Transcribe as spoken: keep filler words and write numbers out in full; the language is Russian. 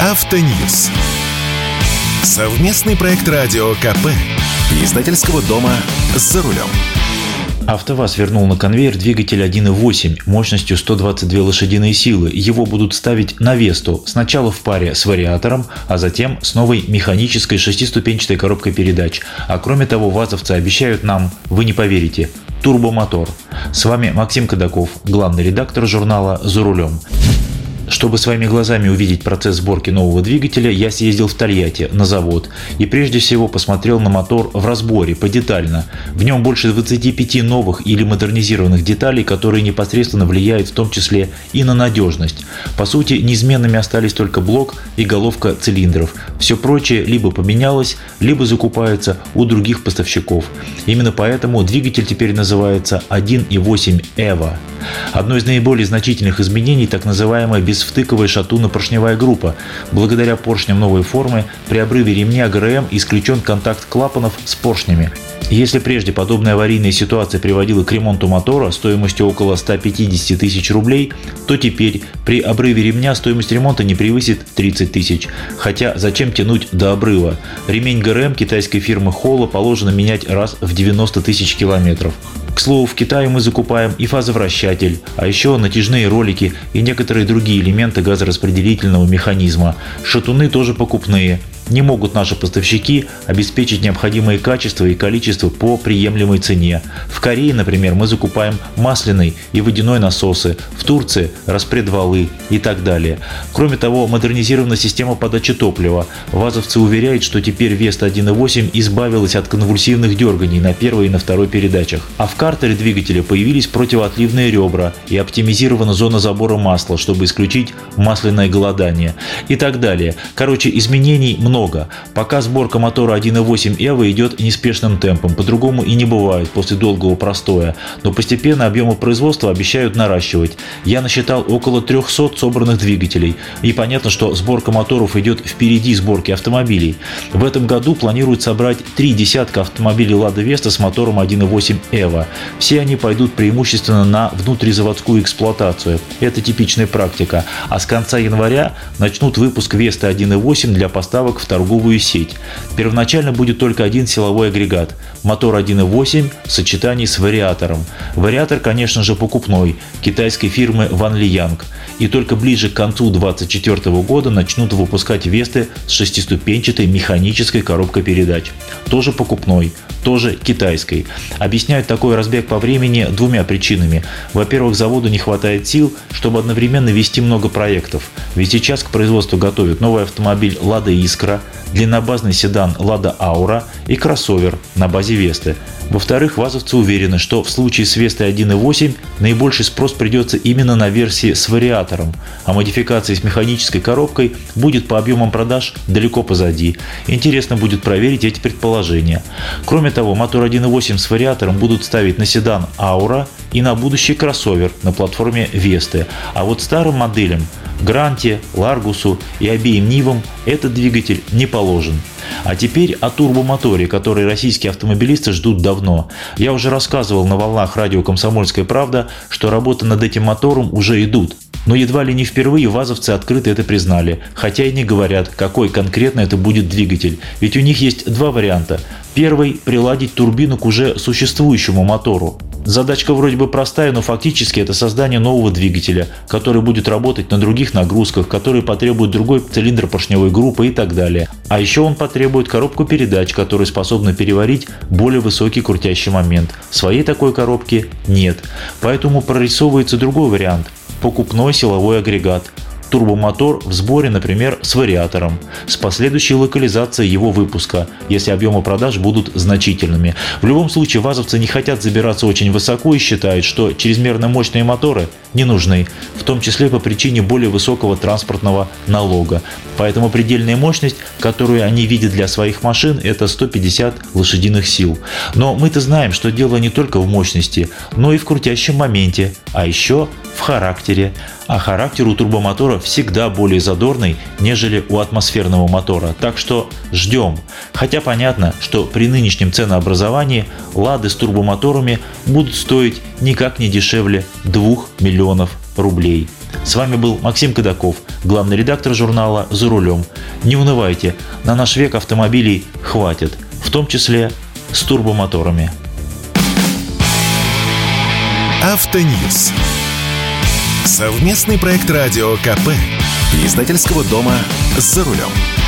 Автоньюз. Совместный проект радио КП. Издательского дома «За рулем». АвтоВАЗ вернул на конвейер двигатель один и восемь мощностью сто двадцать две лошадиные силы. Его будут ставить на Весту, сначала в паре с вариатором, а затем с новой механической шестиступенчатой коробкой передач. А кроме того, вазовцы обещают нам, вы не поверите, турбомотор. С вами Максим Кадаков, главный редактор журнала «За рулем». Чтобы своими глазами увидеть процесс сборки нового двигателя, я съездил в Тольятти на завод и прежде всего посмотрел на мотор в разборе, подетально. В нем больше двадцати пяти новых или модернизированных деталей, которые непосредственно влияют в том числе и на надежность. По сути, неизменными остались только блок и головка цилиндров. Все прочее либо поменялось, либо закупается у других поставщиков. Именно поэтому двигатель теперь называется один и восемь Evo. Одно из наиболее значительных изменений – так называемая безвтыковая шатунно-поршневая группа. Благодаря поршням новой формы при обрыве ремня ГРМ исключен контакт клапанов с поршнями. Если прежде подобная аварийная ситуация приводила к ремонту мотора стоимостью около ста пятидесяти тысяч рублей, то теперь при обрыве ремня стоимость ремонта не превысит тридцать тысяч. Хотя зачем тянуть до обрыва? Ремень ГРМ китайской фирмы Холла положено менять раз в девяносто тысяч километров. К слову, в Китае мы закупаем и фазовращатель, а еще натяжные ролики и некоторые другие элементы газораспределительного механизма. Шатуны тоже покупные. Не могут наши поставщики обеспечить необходимые качества и количество по приемлемой цене. В Корее, например, мы закупаем масляный и водяной насосы, в Турции – распредвалы и так далее. Кроме того, модернизирована система подачи топлива. Вазовцы уверяют, что теперь Веста один и восемь избавилась от конвульсивных дерганий на первой и на второй передачах. А в картере двигателя появились противоотливные ребра и оптимизирована зона забора масла, чтобы исключить масляное голодание и так далее. Короче, изменений много. Много. Пока сборка мотора один и восемь Evo идет неспешным темпом, по-другому и не бывает после долгого простоя, но постепенно объемы производства обещают наращивать. Я насчитал около трехсот собранных двигателей, и понятно, что сборка моторов идет впереди сборки автомобилей. В этом году планируют собрать три десятка автомобилей Lada Vesta с мотором один и восемь Evo. Все они пойдут преимущественно на внутризаводскую эксплуатацию. Это типичная практика. А с конца января начнут выпуск Vesta один и восемь для поставок в торговую сеть. Первоначально будет только один силовой агрегат – мотор один и восемь в сочетании с вариатором. Вариатор, конечно же, покупной, китайской фирмы Ван Ли Янг. И только ближе к концу две тысячи двадцать четвёртого года начнут выпускать Весты с шестиступенчатой механической коробкой передач. Тоже покупной, тоже китайской. Объясняют такой разбег по времени двумя причинами. Во-первых, заводу не хватает сил, чтобы одновременно вести много проектов. Ведь сейчас к производству готовят новый автомобиль Lada Искра, длиннобазный седан Lada Aura и кроссовер на базе Весты. Во-вторых, вазовцы уверены, что в случае с Вестой один и восемь наибольший спрос придется именно на версии с вариатором, а модификация с механической коробкой будет по объемам продаж далеко позади. Интересно будет проверить эти предположения. Кроме того, мотор один и восемь с вариатором будут ставить на седан Aura и на будущий кроссовер на платформе Весты, а вот старым моделям Гранте, Ларгусу и обеим Нивам этот двигатель не положен. А теперь о турбомоторе, который российские автомобилисты ждут давно. Я уже рассказывал на волнах радио «Комсомольская правда», что работы над этим мотором уже идут. Но едва ли не впервые вазовцы открыто это признали, хотя и не говорят, какой конкретно это будет двигатель. Ведь у них есть два варианта. Первый – приладить турбину к уже существующему мотору. Задачка вроде бы простая, но фактически это создание нового двигателя, который будет работать на других нагрузках, который потребует другой цилиндр поршневой группы и так далее. А еще он потребует коробку передач, которая способна переварить более высокий крутящий момент. Своей такой коробки нет. Поэтому прорисовывается другой вариант – покупной силовой агрегат. Турбомотор в сборе, например, с вариатором, с последующей локализацией его выпуска, если объемы продаж будут значительными. В любом случае, вазовцы не хотят забираться очень высоко и считают, что чрезмерно мощные моторы не нужны, в том числе по причине более высокого транспортного налога. Поэтому предельная мощность, которую они видят для своих машин, это сто пятьдесят лошадиных сил. Но мы-то знаем, что дело не только в мощности, но и в крутящем моменте, а еще в характере. А характер у турбомотора всегда более задорный, нежели у атмосферного мотора. Так что ждем. Хотя понятно, что при нынешнем ценообразовании Лады с турбомоторами будут стоить никак не дешевле двух миллионов рублей. С вами был Максим Кадаков, главный редактор журнала «За рулем». Не унывайте, на наш век автомобилей хватит, в том числе с турбомоторами. Автоньюз. Совместный проект радио ка пэ и издательского дома «За рулем».